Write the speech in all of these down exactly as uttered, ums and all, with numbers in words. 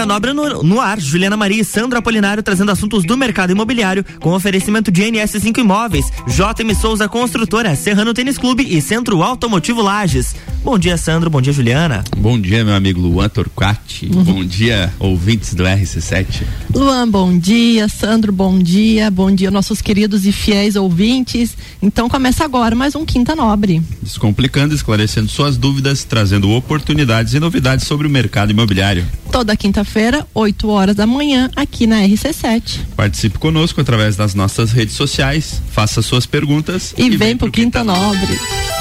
Nobre no, no ar. Juliana Maria e Sandro Apolinário trazendo assuntos do mercado imobiliário com oferecimento de N S cinco Imóveis, J M Souza Construtora, Serrano Tênis Clube e Centro Automotivo Lages. Bom dia, Sandro. Bom dia, Juliana. Bom dia, meu amigo Luan Torquati. Uhum. Bom dia, ouvintes do R C sete. Luan, bom dia. Sandro, bom dia. Bom dia, nossos queridos e fiéis ouvintes. Então começa agora mais um Quinta Nobre. Descomplicando, esclarecendo suas dúvidas, trazendo oportunidades e novidades sobre o mercado imobiliário. Toda quinta-feira, oito horas da manhã, aqui na R C sete. Participe conosco através das nossas redes sociais, faça suas perguntas e, e vem, vem pro Quinta, Quinta Nobre.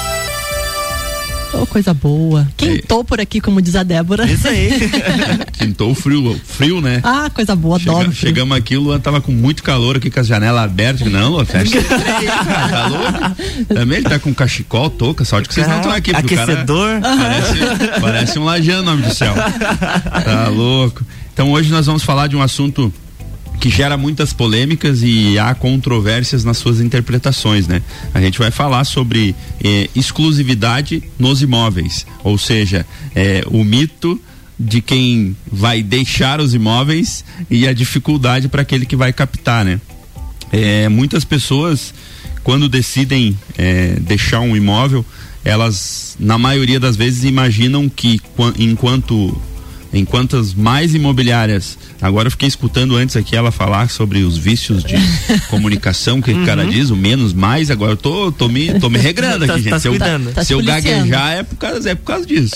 Oh, coisa boa. Quintou por aqui, como diz a Débora. Isso aí. Quintou frio, frio, né? Ah, coisa boa, Chega, adoro. Chegamos aqui, o Luan tava com muito calor aqui, com as janelas abertas. Não, Luan, fecha. Tá louco? Também ele tá com cachecol, touca, sorte que vocês não estão aqui. Aquecedor. Cara parece, parece um lajano, nome do céu. Tá louco. Então hoje nós vamos falar de um assunto que gera muitas polêmicas e há controvérsias nas suas interpretações, né? A gente vai falar sobre eh, exclusividade nos imóveis, ou seja, eh, o mito de quem vai deixar os imóveis e a dificuldade para aquele que vai captar, né? Eh, muitas pessoas, quando decidem eh, deixar um imóvel, elas, na maioria das vezes, imaginam que enquanto enquanto as mais imobiliárias, agora eu fiquei escutando antes aqui ela falar sobre os vícios de comunicação que uhum. o cara diz, o menos, mais, agora eu tô, tô, me, tô me regrando aqui, tá, gente. Tá se eu, tá se eu gaguejar é por causa, é por causa disso.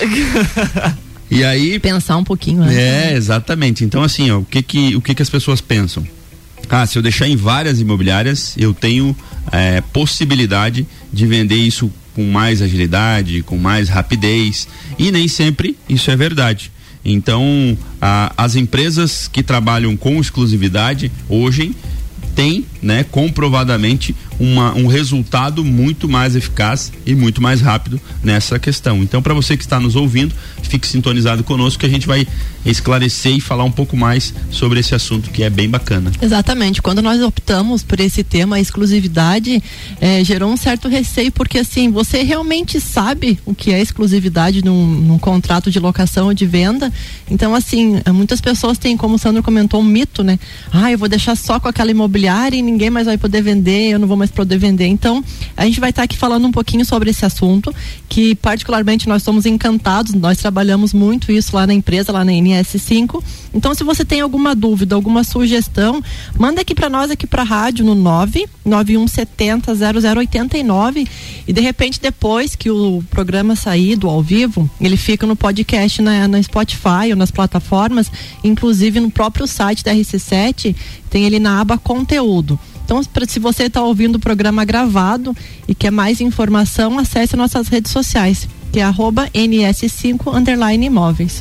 E aí... Pensar um pouquinho antes. É, né? Exatamente. Então assim, ó, o que que, o que que as pessoas pensam? Ah, se eu deixar em várias imobiliárias, eu tenho é, possibilidade de vender isso com mais agilidade, com mais rapidez, e nem sempre isso é verdade. Então, a, as empresas que trabalham com exclusividade hoje têm, né, comprovadamente uma, um resultado muito mais eficaz e muito mais rápido nessa questão. Então, para você que está nos ouvindo, fique sintonizado conosco que a gente vai esclarecer e falar um pouco mais sobre esse assunto que é bem bacana. Exatamente. Quando nós optamos por esse tema, a exclusividade, eh, gerou um certo receio, porque assim, você realmente sabe o que é exclusividade num, num contrato de locação ou de venda. Então, assim, muitas pessoas têm, como o Sandro comentou, um mito, né? Ah, eu vou deixar só com aquela imobiliária e ninguém mais vai poder vender, eu não vou mais poder vender. Então, a gente vai estar aqui falando um pouquinho sobre esse assunto, que particularmente nós somos encantados, nós trabalhamos muito isso lá na empresa, lá na N S cinco. Então, se você tem alguma dúvida, alguma sugestão, manda aqui para nós, aqui para a rádio, no nove nove um sete zero zero zero oito nove, e de repente, depois que o programa sair do ao vivo, ele fica no podcast na, na Spotify ou nas plataformas, inclusive no próprio site da R C sete, tem ele na aba conteúdo. Então, pra, se você está ouvindo o programa gravado e quer mais informação, acesse nossas redes sociais, que é arroba N S cinco underline imóveis.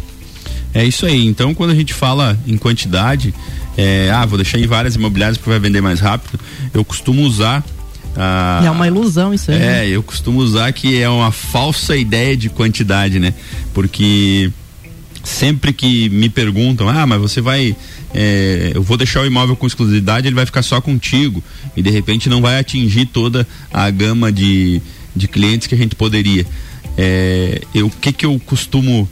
É isso aí. Então, quando a gente fala em quantidade, é, ah, vou deixar em várias imobiliárias porque vai vender mais rápido, eu costumo usar ah, é uma ilusão isso aí. É, né? eu costumo usar que é uma falsa ideia de quantidade, né? Porque sempre que me perguntam, ah, mas você vai, é, eu vou deixar o imóvel com exclusividade, ele vai ficar só contigo, e de repente não vai atingir toda a gama de, de clientes que a gente poderia. É, eu, o que que eu costumo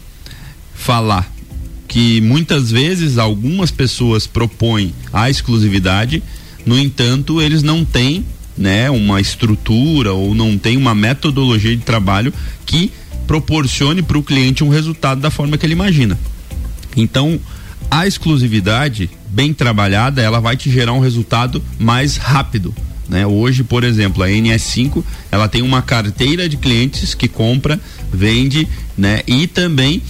falar? Que muitas vezes algumas pessoas propõem a exclusividade, no entanto, eles não têm, né, uma estrutura ou não têm uma metodologia de trabalho que proporcione para o cliente um resultado da forma que ele imagina. Então, a exclusividade bem trabalhada, ela vai te gerar um resultado mais rápido, né? Hoje, por exemplo, a N S cinco, ela tem uma carteira de clientes que compra, vende, né? E também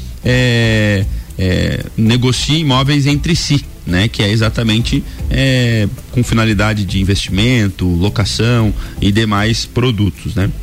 é, é, negocia imóveis entre si, né? Que é exatamente é, com finalidade de investimento, locação e demais produtos, né?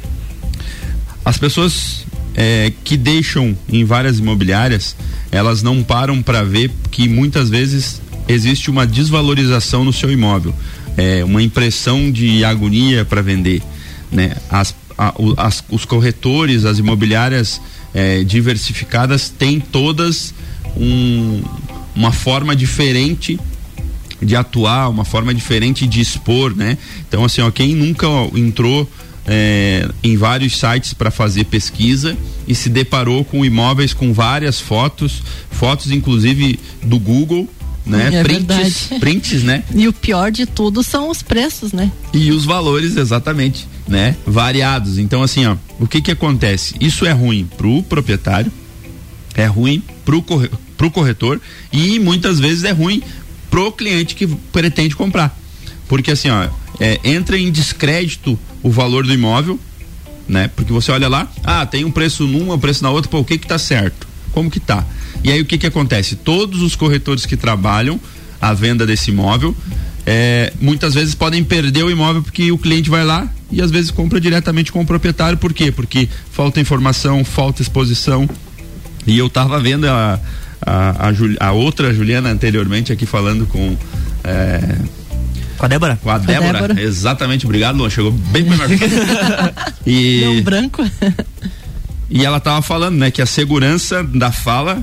As pessoas é, que deixam em várias imobiliárias, elas não param para ver que muitas vezes existe uma desvalorização no seu imóvel, é, uma impressão de agonia para vender, né? As, a, as, os corretores, as imobiliárias é, diversificadas têm todas um, uma forma diferente de atuar, uma forma diferente de expor, né? Então, assim, ó, quem nunca ó, entrou é, em vários sites para fazer pesquisa e se deparou com imóveis com várias fotos, fotos inclusive do Google, né? É prints, prints, né? E o pior de tudo são os preços, né? E os valores, exatamente, né? Variados. Então, assim, ó, o que que acontece? Isso é ruim pro proprietário, é ruim pro, corre, pro corretor e muitas vezes é ruim pro cliente que pretende comprar. Porque, assim, ó, é, entra em descrédito o valor do imóvel, né? Porque você olha lá, ah, tem um preço numa, um preço na outra, pô, o que que tá certo? Como que tá? E aí o que que acontece? Todos os corretores que trabalham a venda desse imóvel, é, muitas vezes podem perder o imóvel porque o cliente vai lá e às vezes compra diretamente com o proprietário. Por quê? Porque falta informação, falta exposição. E eu tava vendo a, a, a, Jul, a outra Juliana anteriormente aqui falando com é, com a Débora? Com a Débora, a Débora. Exatamente, obrigado, Luan, chegou bem melhor. E não, branco. E ela tava falando, né, que a segurança da fala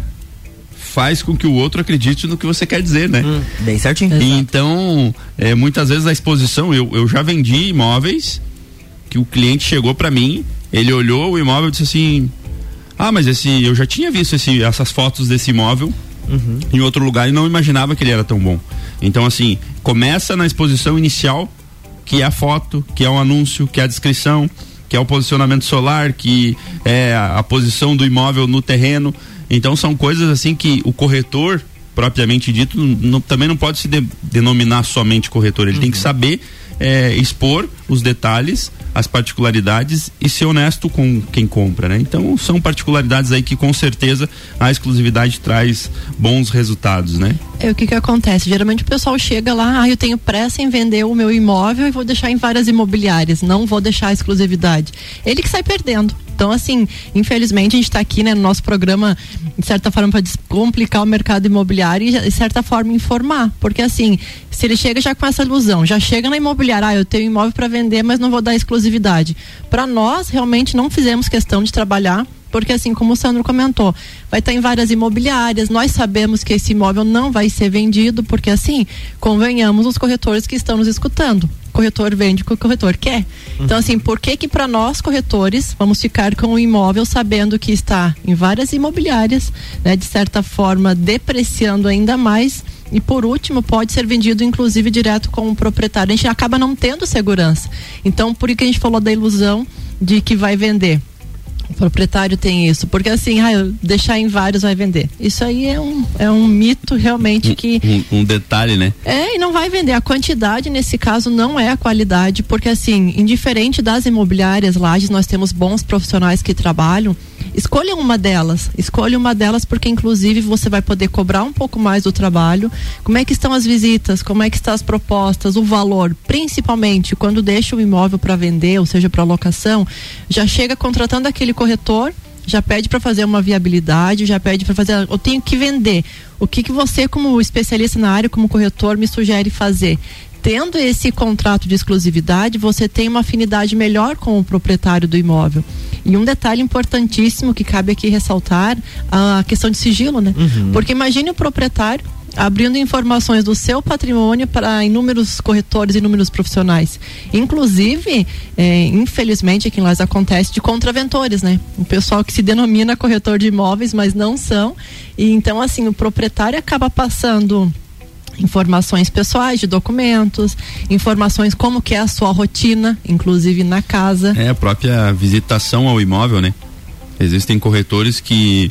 faz com que o outro acredite no que você quer dizer, né? Hum, bem certinho. E então, é, muitas vezes a exposição, eu, eu já vendi imóveis que o cliente chegou para mim, ele olhou o imóvel e disse assim, ah, mas esse, eu já tinha visto esse, essas fotos desse imóvel uhum. em outro lugar e não imaginava que ele era tão bom. Então, assim, começa na exposição inicial, que é a foto, que é o anúncio, que é a descrição, que é o posicionamento solar, que é a, a posição do imóvel no terreno. Então são coisas assim que o corretor, propriamente dito, não, também não pode se de, denominar somente corretor, ele uhum. tem que saber é, expor os detalhes, as particularidades e ser honesto com quem compra, né? Então são particularidades aí que com certeza a exclusividade traz bons resultados, né? É o que que acontece, geralmente o pessoal chega lá, ah, eu tenho pressa em vender o meu imóvel e vou deixar em várias imobiliárias, não vou deixar a exclusividade. Ele que sai perdendo. Então, assim, infelizmente a gente está aqui, né, no nosso programa, de certa forma, para descomplicar o mercado imobiliário e, de certa forma, informar. Porque, assim, se ele chega já com essa ilusão, já chega na imobiliária, ah, eu tenho imóvel para vender, mas não vou dar exclusividade. Para nós, realmente, não fizemos questão de trabalhar, porque, assim, como o Sandro comentou, vai estar em várias imobiliárias, nós sabemos que esse imóvel não vai ser vendido, porque, assim, convenhamos os corretores que estão nos escutando. O corretor vende o que o corretor quer. Uhum. Então, assim, por que que para nós, corretores, vamos ficar com o imóvel sabendo que está em várias imobiliárias, né, de certa forma, depreciando ainda mais, e por último, pode ser vendido, inclusive, direto com o proprietário. A gente acaba não tendo segurança. Então, por isso que a gente falou da ilusão de que vai vender. O proprietário tem isso, porque assim, ah, eu deixar em vários vai vender. Isso aí é um, é um mito realmente um, que... Um, um detalhe, né? É, e não vai vender. A quantidade, nesse caso, não é a qualidade, porque assim, indiferente das imobiliárias Lages, nós temos bons profissionais que trabalham. Escolha uma delas, escolha uma delas porque inclusive você vai poder cobrar um pouco mais do trabalho. Como é que estão as visitas, como é que estão as propostas, o valor, principalmente quando deixa o imóvel para vender, ou seja, para locação, já chega contratando aquele corretor, já pede para fazer uma viabilidade, já pede para fazer, eu tenho que vender. O que que você, como especialista na área, como corretor, me sugere fazer? Tendo esse contrato de exclusividade, você tem uma afinidade melhor com o proprietário do imóvel. E um detalhe importantíssimo que cabe aqui ressaltar, a questão de sigilo, né? Uhum. Porque imagine o proprietário abrindo informações do seu patrimônio para inúmeros corretores, inúmeros profissionais. Inclusive, é, infelizmente, aqui em Lages acontece de contraventores, né? O pessoal que se denomina corretor de imóveis, mas não são. E então, assim, o proprietário acaba passando informações pessoais de documentos, informações como que é a sua rotina, inclusive na casa. É, a própria visitação ao imóvel, né? Existem corretores que,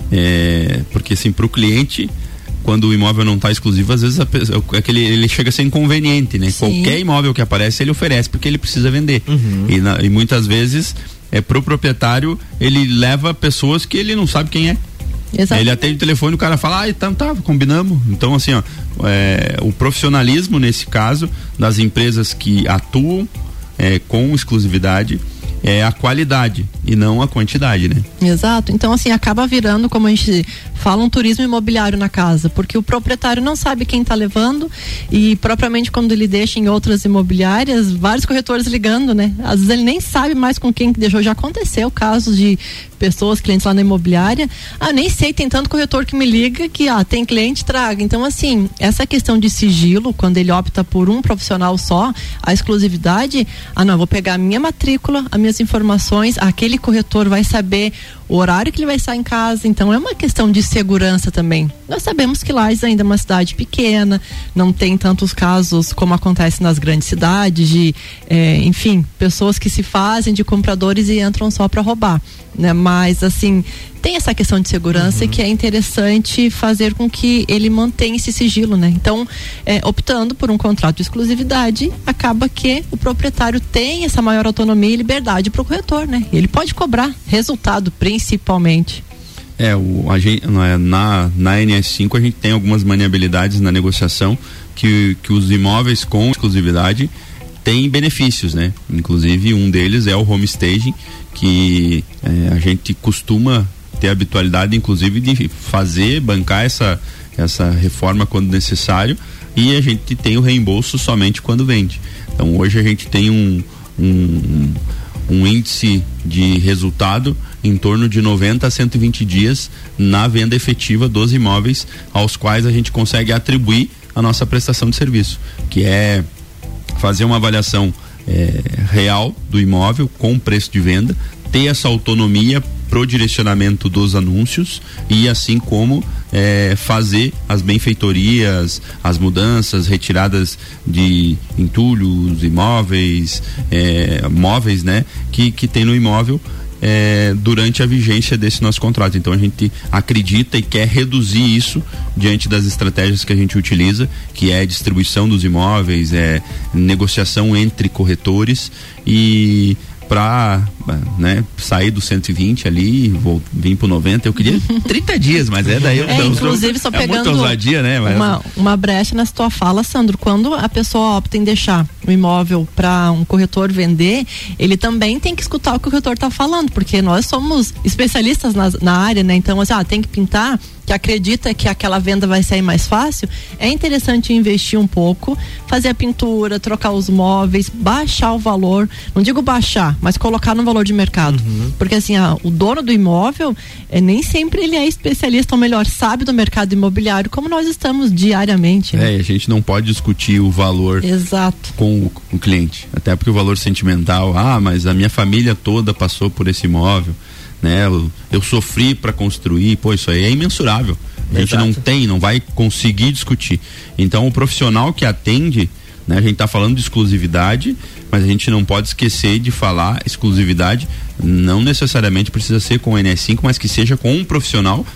é, porque assim, para o cliente, quando o imóvel não está exclusivo, às vezes a, aquele, ele chega a ser inconveniente, né? Sim. Qualquer imóvel que aparece, ele oferece porque ele precisa vender. Uhum. E, na, e muitas vezes, é, pro proprietário, ele leva pessoas que ele não sabe quem é. Exatamente. Ele atende o telefone, o cara fala, ah, então tá, combinamos. Então, assim, ó, é, o profissionalismo, nesse caso, das empresas que atuam é, com exclusividade, é a qualidade e não a quantidade, né? Exato. Então, assim, acaba virando, como a gente fala, um turismo imobiliário na casa, porque o proprietário não sabe quem está levando e, propriamente, quando ele deixa em outras imobiliárias, vários corretores ligando, né? Às vezes ele nem sabe mais com quem que deixou. Já aconteceu casos de pessoas, clientes lá na imobiliária, ah, nem sei, tem tanto corretor que me liga que, ah, tem cliente, traga. Então, assim, essa questão de sigilo, quando ele opta por um profissional só, a exclusividade, ah, não, eu vou pegar a minha matrícula, as minhas informações, aquele corretor vai saber o horário que ele vai estar em casa, então é uma questão de segurança também. Nós sabemos que Lages ainda é uma cidade pequena, não tem tantos casos como acontece nas grandes cidades, de, é, enfim, pessoas que se fazem de compradores e entram só para roubar, né? Mas, assim, tem essa questão de segurança uhum. que é interessante fazer com que ele mantenha esse sigilo, né? Então, é, optando por um contrato de exclusividade, acaba que o proprietário tem essa maior autonomia e liberdade para o corretor, né? Ele pode cobrar resultado, principalmente. É, o, a gente, na, na N S cinco a gente tem algumas maniabilidades na negociação que, que os imóveis com exclusividade têm benefícios, né? Inclusive um deles é o home staging, que é, a gente costuma ter a habitualidade, inclusive, de fazer, bancar essa, essa reforma quando necessário, e a gente tem o reembolso somente quando vende. Então hoje a gente tem um, um, um índice de resultado em torno de noventa a cento e vinte dias na venda efetiva dos imóveis aos quais a gente consegue atribuir a nossa prestação de serviço, que é fazer uma avaliação é, real do imóvel com preço de venda, ter essa autonomia pro direcionamento dos anúncios e assim como é, fazer as benfeitorias, as mudanças, retiradas de entulhos, imóveis, é, móveis, né, que, que tem no imóvel é, durante a vigência desse nosso contrato. Então a gente acredita e quer reduzir isso diante das estratégias que a gente utiliza, que é distribuição dos imóveis, é negociação entre corretores e para, né, sair do cento e vinte ali e vou vir pro noventa. Eu queria trinta dias, mas é daí eu é, não, inclusive só é pegando muita ousadia, né? Mas... uma, uma brecha na tua fala, Sandro, quando a pessoa opta em deixar o imóvel para um corretor vender, ele também tem que escutar o que o corretor tá falando, porque nós somos especialistas na, na área, né? Então, assim, ah, tem que pintar, que acredita que aquela venda vai sair mais fácil, é interessante investir um pouco, fazer a pintura, trocar os móveis, baixar o valor, não digo baixar, mas colocar no valor de mercado, uhum. porque assim, ah, o dono do imóvel, é, nem sempre ele é especialista, ou melhor, sabe do mercado imobiliário, como nós estamos diariamente. Né? É, a gente não pode discutir o valor Exato. com o, o cliente, até porque o valor sentimental, ah, mas a minha família toda passou por esse imóvel, né? Eu, eu sofri para construir, pô, isso aí é imensurável. A gente Exato. não tem, não vai conseguir discutir. Então o profissional que atende, né? A gente tá falando de exclusividade, mas a gente não pode esquecer de falar exclusividade, não necessariamente precisa ser com o N S cinco, mas que seja com um profissional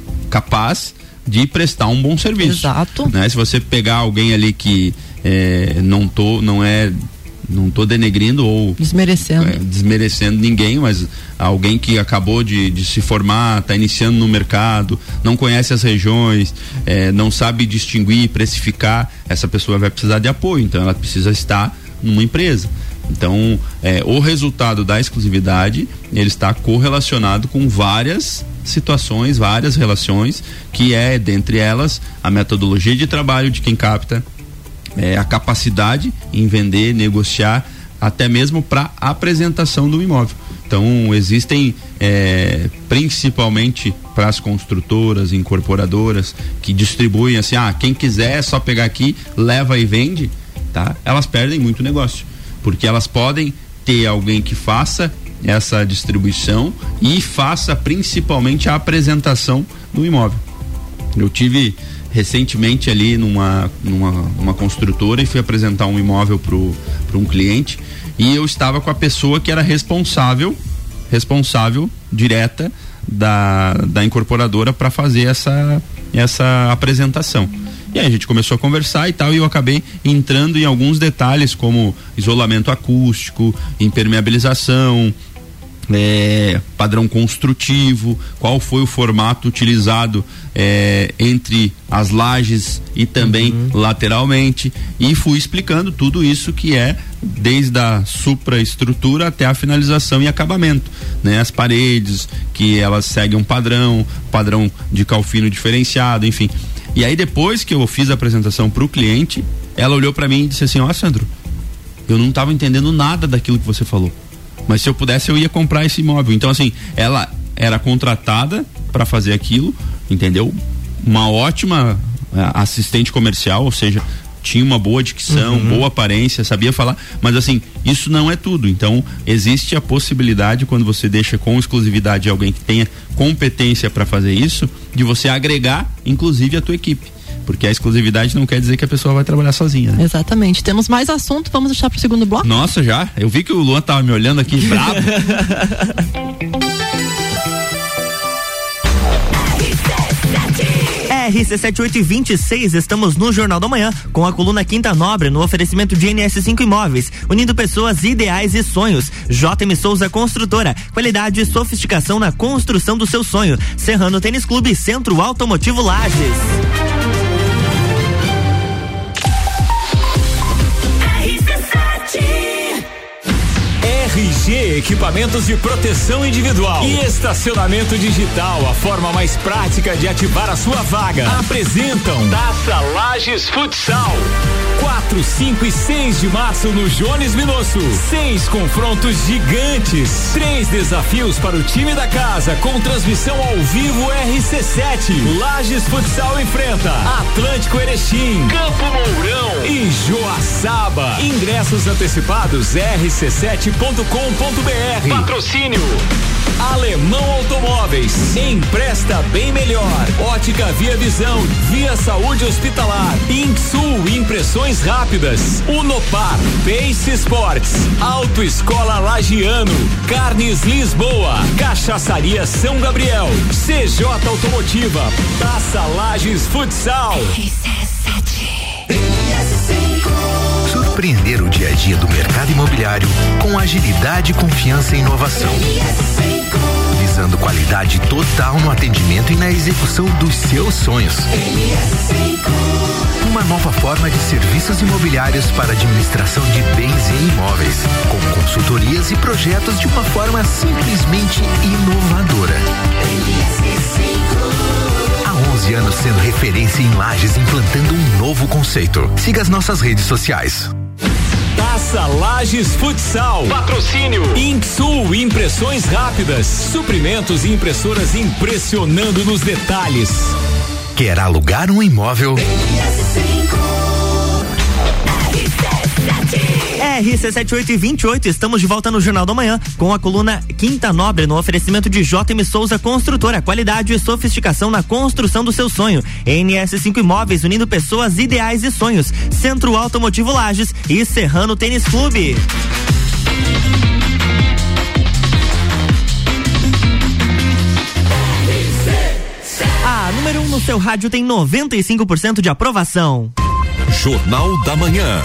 capaz de prestar um bom serviço. Exato. Né? Se você pegar alguém ali que é, não tô, não é não tô denegrindo ou desmerecendo é, desmerecendo ninguém, mas alguém que acabou de, de se formar, está iniciando no mercado, não conhece as regiões, é, não sabe distinguir, precificar, essa pessoa vai precisar de apoio, então ela precisa estar numa empresa. Então é, o resultado da exclusividade, ele está correlacionado com várias situações, várias relações, que é, dentre elas, a metodologia de trabalho de quem capta, É, a capacidade em vender, negociar, até mesmo para apresentação do imóvel. Então existem é, principalmente para as construtoras, incorporadoras que distribuem assim, ah, quem quiser é só pegar aqui, leva e vende, tá? Elas perdem muito negócio, porque elas podem ter alguém que faça essa distribuição e faça principalmente a apresentação do imóvel. Eu tive recentemente ali numa, numa uma construtora e fui apresentar um imóvel para um cliente e eu estava com a pessoa que era responsável responsável direta da, da incorporadora para fazer essa, essa apresentação. E aí a gente começou a conversar e tal, e eu acabei entrando em alguns detalhes como isolamento acústico, impermeabilização, É, padrão construtivo, qual foi o formato utilizado é, entre as lajes e também uhum. lateralmente, e fui explicando tudo isso que é desde a supraestrutura até a finalização e acabamento, né? As paredes, que elas seguem um padrão, padrão de calfino diferenciado, enfim. E aí depois que eu fiz a apresentação para o cliente, ela olhou para mim e disse assim: ó, Sandro, eu não estava entendendo nada daquilo que você falou, mas se eu pudesse eu ia comprar esse imóvel. Então assim, ela era contratada para fazer aquilo, entendeu? Uma ótima assistente comercial, ou seja, tinha uma boa dicção, uhum. boa aparência, sabia falar, mas assim, isso não é tudo. Então, existe a possibilidade, quando você deixa com exclusividade alguém que tenha competência para fazer isso, de você agregar, inclusive, a tua equipe. Porque a exclusividade não quer dizer que a pessoa vai trabalhar sozinha, né? Exatamente. Temos mais assunto, vamos deixar pro segundo bloco? Nossa, já? Eu vi que o Luan tava me olhando aqui bravo. R C sete oito e vinte e seis, estamos no Jornal da Manhã com a coluna Quinta Nobre no oferecimento de N S cinco Imóveis, unindo pessoas, ideais e sonhos. J M Souza Construtora, qualidade e sofisticação na construção do seu sonho. Serrano Tênis Clube, Centro Automotivo Lages. R G Equipamentos de Proteção Individual e Estacionamento Digital, a forma mais prática de ativar a sua vaga. Apresentam Taça Lages Futsal. quatro, cinco e seis de março no Jones Minosso. Seis confrontos gigantes. Três desafios para o time da casa com transmissão ao vivo R C sete. Lages Futsal enfrenta Atlântico Erechim, Campo Mourão e Joaçaba. Ingressos antecipados R C sete ponto com ponto b r. Patrocínio Alemão Automóveis. Empresta bem melhor. Ótica Via Visão, Via Saúde Hospitalar, Insul Impressões Rápidas, Unopar, Pace Sports, Autoescola Lagiano, Carnes Lisboa, Cachaçaria São Gabriel, C J Automotiva, Taça Lages Futsal. Surpreender o dia a dia do mercado imobiliário com agilidade, confiança e inovação. Visando qualidade total no atendimento e na execução dos seus sonhos. Uma nova forma de serviços imobiliários para administração de bens e imóveis, com consultorias e projetos de uma forma simplesmente inovadora. Há onze anos sendo referência em Lages, implantando um novo conceito. Siga as nossas redes sociais. Taça Lages Futsal. Patrocínio Insul Impressões Rápidas. Suprimentos e impressoras impressionando nos detalhes. Quer alugar um imóvel? R C sete oito e vinte e oito, estamos de volta no Jornal da Manhã com a coluna Quinta Nobre no oferecimento de J M Souza Construtora, qualidade e sofisticação na construção do seu sonho. N S cinco Imóveis, unindo pessoas, ideais e sonhos. Centro Automotivo Lages e Serrano Tênis Clube. A número um no seu rádio tem noventa e cinco por cento de aprovação. Jornal da Manhã.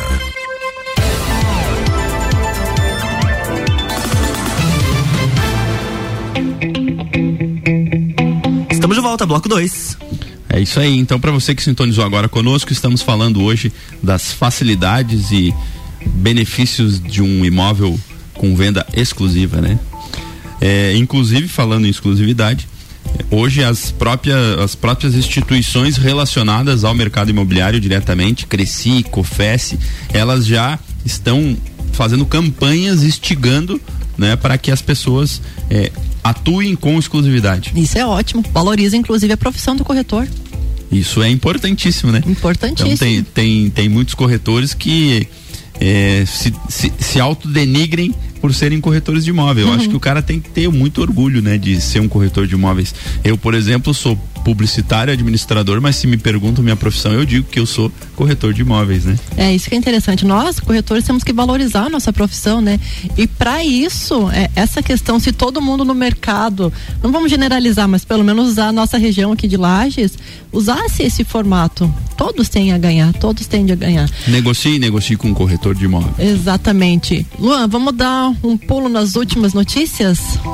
Estamos de volta, bloco dois. É isso aí, então para você que sintonizou agora conosco, estamos falando hoje das facilidades e benefícios de um imóvel com venda exclusiva, né? É, inclusive, falando em exclusividade, hoje as próprias, as próprias instituições relacionadas ao mercado imobiliário diretamente, Cresci, Cofesse, elas já estão fazendo campanhas instigando, né, para que as pessoas é, atuem com exclusividade. Isso é ótimo, valoriza inclusive a profissão do corretor. Isso é importantíssimo, né? Importantíssimo. Então tem, tem, tem muitos corretores que é, se, se, se autodenigrem por serem corretores de imóvel. Eu uhum. acho que o cara tem que ter muito orgulho, né, de ser um corretor de imóveis. Eu, por exemplo, sou publicitário, administrador, mas se me perguntam minha profissão, eu digo que eu sou corretor de imóveis, né? É, isso que é interessante. Nós, corretores, temos que valorizar a nossa profissão, né? E para isso, é, essa questão, se todo mundo no mercado, não vamos generalizar, mas pelo menos usar a nossa região aqui de Lages, usasse esse formato, todos têm a ganhar, todos têm a ganhar. Negocie, negocie com um corretor de imóvel. Exatamente. Luan, vamos dar um pulo nas últimas notícias?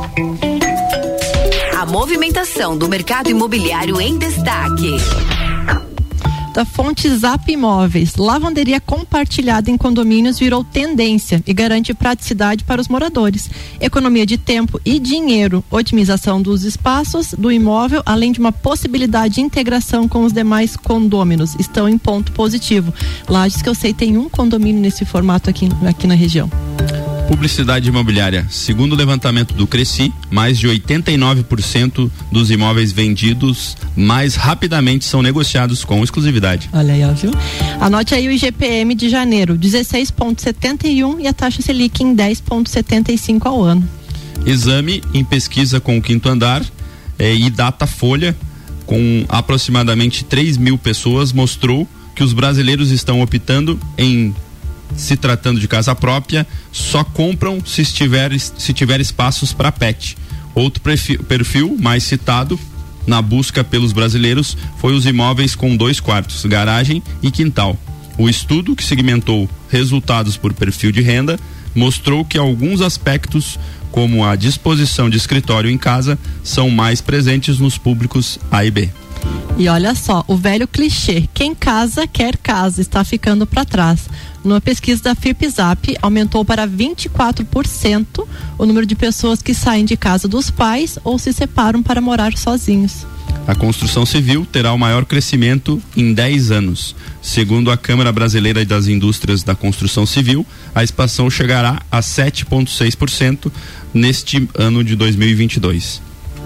A movimentação do mercado imobiliário em destaque. Da fonte Zap Imóveis, lavanderia compartilhada em condomínios virou tendência e garante praticidade para os moradores. Economia de tempo e dinheiro, otimização dos espaços do imóvel, além de uma possibilidade de integração com os demais condôminos, estão em ponto positivo. Lages, que eu sei, tem um condomínio nesse formato aqui, aqui na região. Publicidade imobiliária. Segundo o levantamento do Cresci, mais de oitenta e nove por cento dos imóveis vendidos mais rapidamente são negociados com exclusividade. Olha aí, ó, viu? Anote aí o I G P M de janeiro, dezesseis vírgula setenta e um e a taxa Selic em dez vírgula setenta e cinco ao ano. Exame em pesquisa com o Quinto Andar eh, e Datafolha, com aproximadamente três mil pessoas, mostrou que os brasileiros estão optando em, se tratando de casa própria, só compram se estiver, se tiver espaços para pet. Outro perfil, perfil mais citado na busca pelos brasileiros foi os imóveis com dois quartos, garagem e quintal. O estudo, que segmentou resultados por perfil de renda, mostrou que alguns aspectos, como a disposição de escritório em casa, são mais presentes nos públicos A e B. E olha só, o velho clichê, quem casa quer casa, está ficando para trás. Numa pesquisa da FIPZAP, aumentou para vinte e quatro por cento o número de pessoas que saem de casa dos pais ou se separam para morar sozinhos. A construção civil terá o maior crescimento em dez anos. Segundo a Câmara Brasileira das Indústrias da Construção Civil, a expansão chegará a sete vírgula seis por cento neste ano de dois mil e vinte e dois.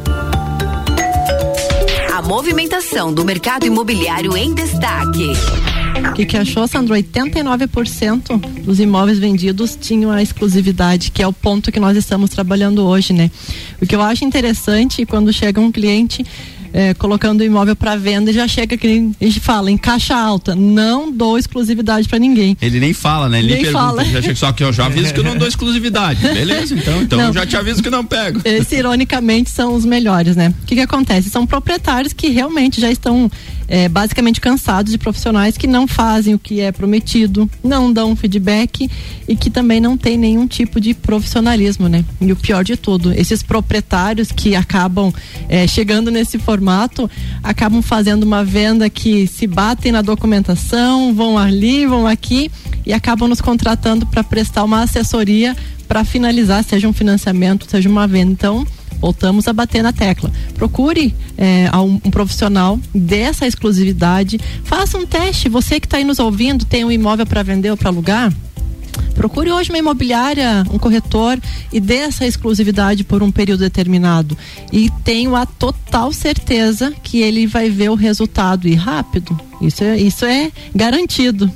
A movimentação do mercado imobiliário em destaque. O que, que achou, Sandro? oitenta e nove por cento dos imóveis vendidos tinham a exclusividade, que é o ponto que nós estamos trabalhando hoje, né? O que eu acho interessante, quando chega um cliente É, colocando o imóvel para venda, e já chega que a gente fala em caixa alta, não dou exclusividade para ninguém. Ele nem fala, né? Ele nem, nem pergunta, fala. Já chega só que eu já aviso que eu não dou exclusividade. Beleza, então, então eu já te aviso que não pego. Esse, ironicamente, são os melhores, né? O que que acontece? São proprietários que realmente já estão é, basicamente cansados de profissionais que não fazem o que é prometido, não dão feedback e que também não tem nenhum tipo de profissionalismo, né? E o pior de tudo, esses proprietários que acabam é, chegando nesse formato formato, acabam fazendo uma venda que se batem na documentação, vão ali, vão aqui e acabam nos contratando para prestar uma assessoria para finalizar, seja um financiamento, seja uma venda. Então, voltamos a bater na tecla. Procure é, um, um profissional dessa exclusividade, faça um teste. Você que está aí nos ouvindo, tem um imóvel para vender ou para alugar? Procure hoje uma imobiliária, um corretor e dê essa exclusividade por um período determinado. E tenho a total certeza que ele vai ver o resultado e rápido. Isso é, isso é garantido.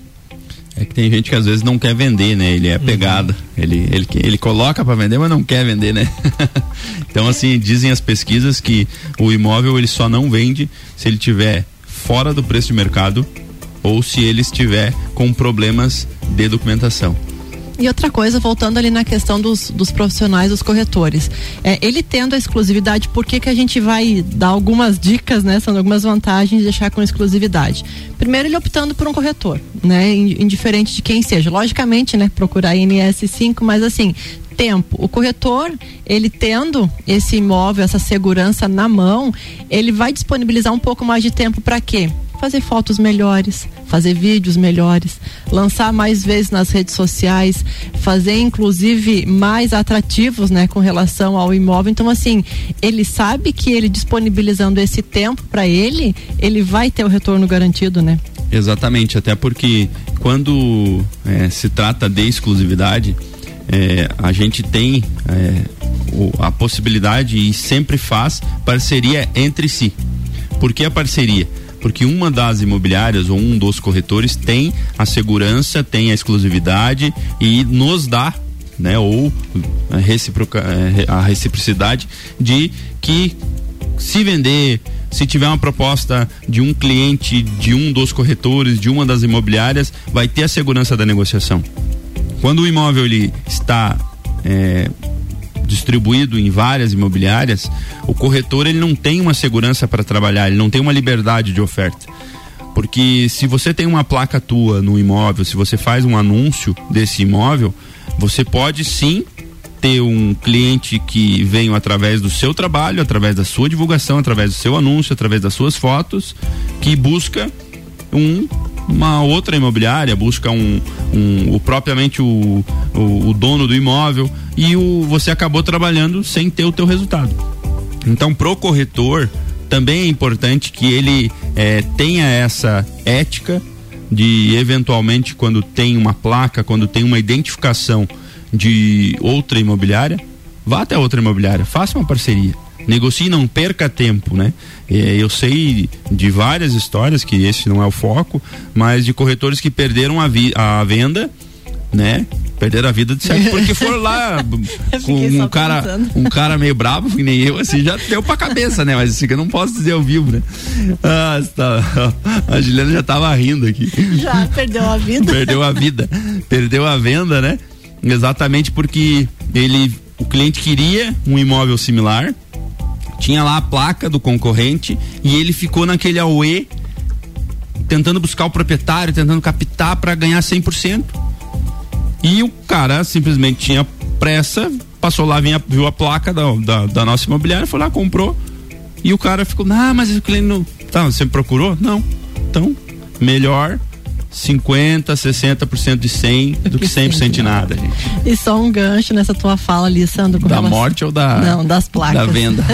É que tem gente que às vezes não quer vender, né? Ele é pegado. Uhum. Ele, ele, ele coloca para vender, mas não quer vender, né? Então, assim, dizem as pesquisas que o imóvel ele só não vende se ele tiver fora do preço de mercado ou se ele estiver com problemas de documentação. E outra coisa, voltando ali na questão dos, dos profissionais, dos corretores, é, ele tendo a exclusividade, por que que a gente vai dar algumas dicas, né, são algumas vantagens de deixar com exclusividade? Primeiro, ele optando por um corretor, né, indiferente de quem seja, logicamente, né, procurar N S cinco, mas assim, tempo, o corretor, ele tendo esse imóvel, essa segurança na mão, ele vai disponibilizar um pouco mais de tempo para quê? Fazer fotos melhores, fazer vídeos melhores, lançar mais vezes nas redes sociais, fazer inclusive mais atrativos, né, com relação ao imóvel. Então, assim, ele sabe que ele disponibilizando esse tempo para ele, ele vai ter o retorno garantido, né? Exatamente, até porque quando é, se trata de exclusividade, é, a gente tem é, o, a possibilidade e sempre faz parceria entre si. Por que a parceria? Porque uma das imobiliárias ou um dos corretores tem a segurança, tem a exclusividade e nos dá, né, ou a, reciproca, a reciprocidade de que se vender, se tiver uma proposta de um cliente, de um dos corretores, de uma das imobiliárias, vai ter a segurança da negociação. Quando o imóvel ele está é, distribuído em várias imobiliárias, o corretor ele não tem uma segurança para trabalhar, ele não tem uma liberdade de oferta. Porque se você tem uma placa tua no imóvel, se você faz um anúncio desse imóvel, você pode sim ter um cliente que venha através do seu trabalho, através da sua divulgação, através do seu anúncio, através das suas fotos, que busca um uma outra imobiliária, busca um, um o propriamente o, o, o dono do imóvel e o, você acabou trabalhando sem ter o teu resultado. Então, pro corretor também é importante que ele é, tenha essa ética de, eventualmente, quando tem uma placa, quando tem uma identificação de outra imobiliária, vá até outra imobiliária, faça uma parceria, negocie, não perca tempo, né? Eu sei de várias histórias, que esse não é o foco, mas de corretores que perderam a, vi- a venda, né? Perderam a vida de certo, porque foram lá com um cara, um cara meio bravo, que nem eu, assim, já deu pra cabeça, né? Mas assim, que eu não posso dizer ao vivo, né? Ah, tá, a Juliana já tava rindo aqui. Já perdeu a vida. Perdeu a vida. Perdeu a venda, né? Exatamente porque ele, o cliente queria um imóvel similar, tinha lá a placa do concorrente e ele ficou naquele auê, tentando buscar o proprietário, tentando captar para ganhar cem por cento. E o cara simplesmente tinha pressa, passou lá, vinha, viu a placa da, da, da nossa imobiliária, foi lá, comprou. E o cara ficou, ah, mas o cliente não. Tá, você procurou? Não. Então, melhor cinquenta, sessenta por cento de cem do que cem por cento de nada, gente. E só um gancho nessa tua fala ali, Sandro. Com da relação... morte ou da... Não, das placas. Da venda.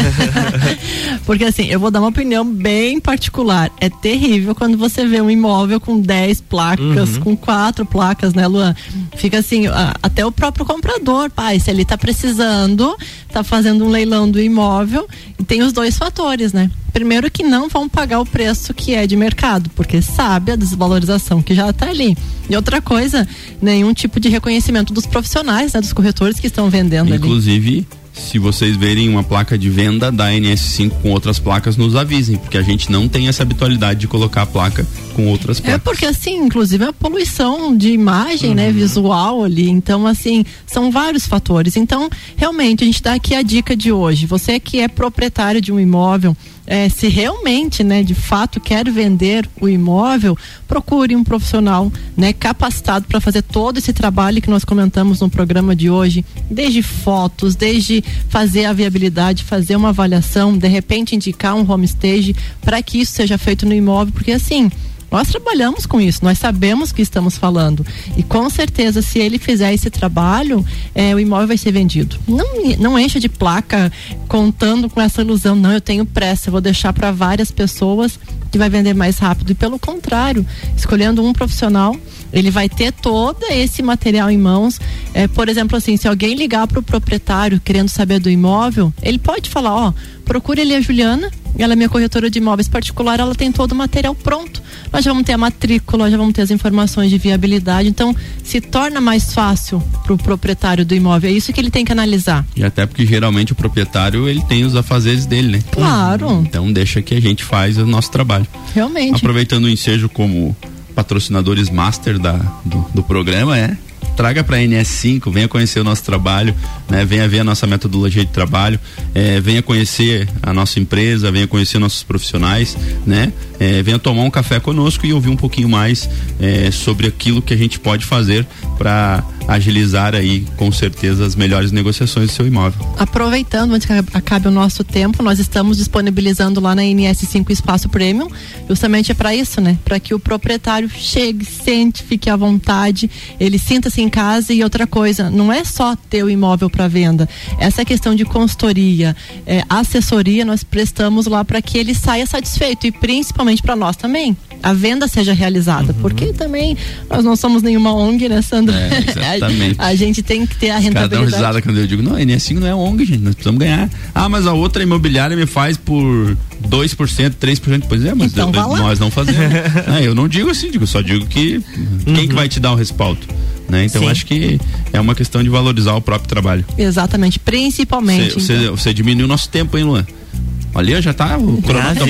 Porque assim, eu vou dar uma opinião bem particular. É terrível quando você vê um imóvel com dez placas, uhum. com quatro placas, né, Luan? Fica assim, a, até o próprio comprador, pai, se ele tá precisando, tá fazendo um leilão do imóvel, e tem os dois fatores, né? Primeiro que não vão pagar o preço que é de mercado, porque sabe a desvalorização que já está ali. E outra coisa, nenhum tipo de reconhecimento dos profissionais, né, dos corretores que estão vendendo. Inclusive, ali. Se vocês verem uma placa de venda da N S cinco com outras placas, nos avisem, porque a gente não tem essa habitualidade de colocar a placa com outras placas. É porque assim, inclusive a poluição de imagem, uhum. né, visual ali, então assim, são vários fatores. Então, realmente, a gente dá aqui a dica de hoje. Você que é proprietário de um imóvel, É, se realmente, né, de fato quer vender o imóvel, procure um profissional, né, capacitado para fazer todo esse trabalho que nós comentamos no programa de hoje, desde fotos, desde fazer a viabilidade, fazer uma avaliação, de repente indicar um homestage para que isso seja feito no imóvel, porque assim, nós trabalhamos com isso, nós sabemos o que estamos falando e com certeza se ele fizer esse trabalho, é, o imóvel vai ser vendido. Não, não encha de placa contando com essa ilusão, não, eu tenho pressa, eu vou deixar para várias pessoas que vai vender mais rápido, e pelo contrário, escolhendo um profissional, ele vai ter todo esse material em mãos. É, por exemplo, assim, se alguém ligar para o proprietário querendo saber do imóvel, ele pode falar, ó, procure ali a Juliana, ela é minha corretora de imóveis particular, ela tem todo o material pronto. Nós já vamos ter a matrícula, já vamos ter as informações de viabilidade, então se torna mais fácil para o proprietário do imóvel, é isso que ele tem que analisar. E até porque geralmente o proprietário, ele tem os afazeres dele, né? Claro. Então deixa que a gente faz o nosso trabalho. Realmente. Aproveitando o ensejo como patrocinadores master da, do, do programa, é traga para a N S cinco, venha conhecer o nosso trabalho, né? Venha ver a nossa metodologia de trabalho, é, venha conhecer a nossa empresa, venha conhecer nossos profissionais, né? É, venha tomar um café conosco e ouvir um pouquinho mais é, sobre aquilo que a gente pode fazer para agilizar aí, com certeza, as melhores negociações do seu imóvel. Aproveitando, antes que acabe o nosso tempo, nós estamos disponibilizando lá na N S cinco Espaço Premium, justamente é para isso, né? Para que o proprietário chegue, sente, fique à vontade, ele sinta-se em casa. E outra coisa, não é só ter o imóvel para venda, essa questão de consultoria, é, assessoria, nós prestamos lá para que ele saia satisfeito e principalmente para nós também, a venda seja realizada, uhum. porque também nós não somos nenhuma O N G, né, Sandro? É, exatamente. a, a gente tem que ter a rentabilidade. Cada um risada quando eu digo, não, a N S cinco não é O N G, gente, nós precisamos ganhar. Ah, mas a outra imobiliária me faz por dois por cento, três por cento, pois é, mas então, eu, nós não fazemos. é, eu não digo assim, digo, só digo que uhum. quem que vai te dar o respaldo? Né? Então Sim. acho que é uma questão de valorizar o próprio trabalho. Exatamente, principalmente. Você, então. você, você diminuiu o nosso tempo, hein, Luan? Ali já tá o cronômetro.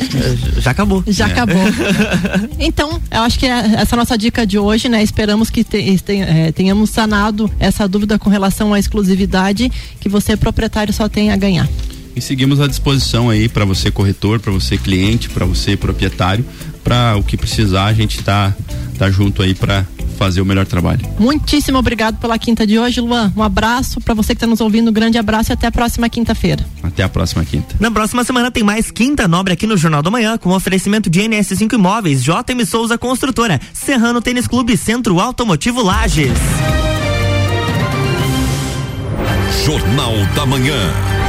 Já, já acabou. Já é. acabou. Então, eu acho que é essa nossa dica de hoje, né? Esperamos que te, te, é, tenhamos sanado essa dúvida com relação à exclusividade, que você, proprietário, só tem a ganhar. E seguimos à disposição aí para você corretor, para você cliente, para você proprietário, para o que precisar, a gente tá, tá junto aí para fazer o melhor trabalho. Muitíssimo obrigado pela quinta de hoje, Luan. Um abraço para você que está nos ouvindo, um grande abraço e até a próxima quinta-feira. Até a próxima quinta. Na próxima semana tem mais Quinta Nobre aqui no Jornal da Manhã, com oferecimento de N S cinco Imóveis, J M Souza Construtora, Serrano Tênis Clube, Centro Automotivo Lages. Jornal da Manhã.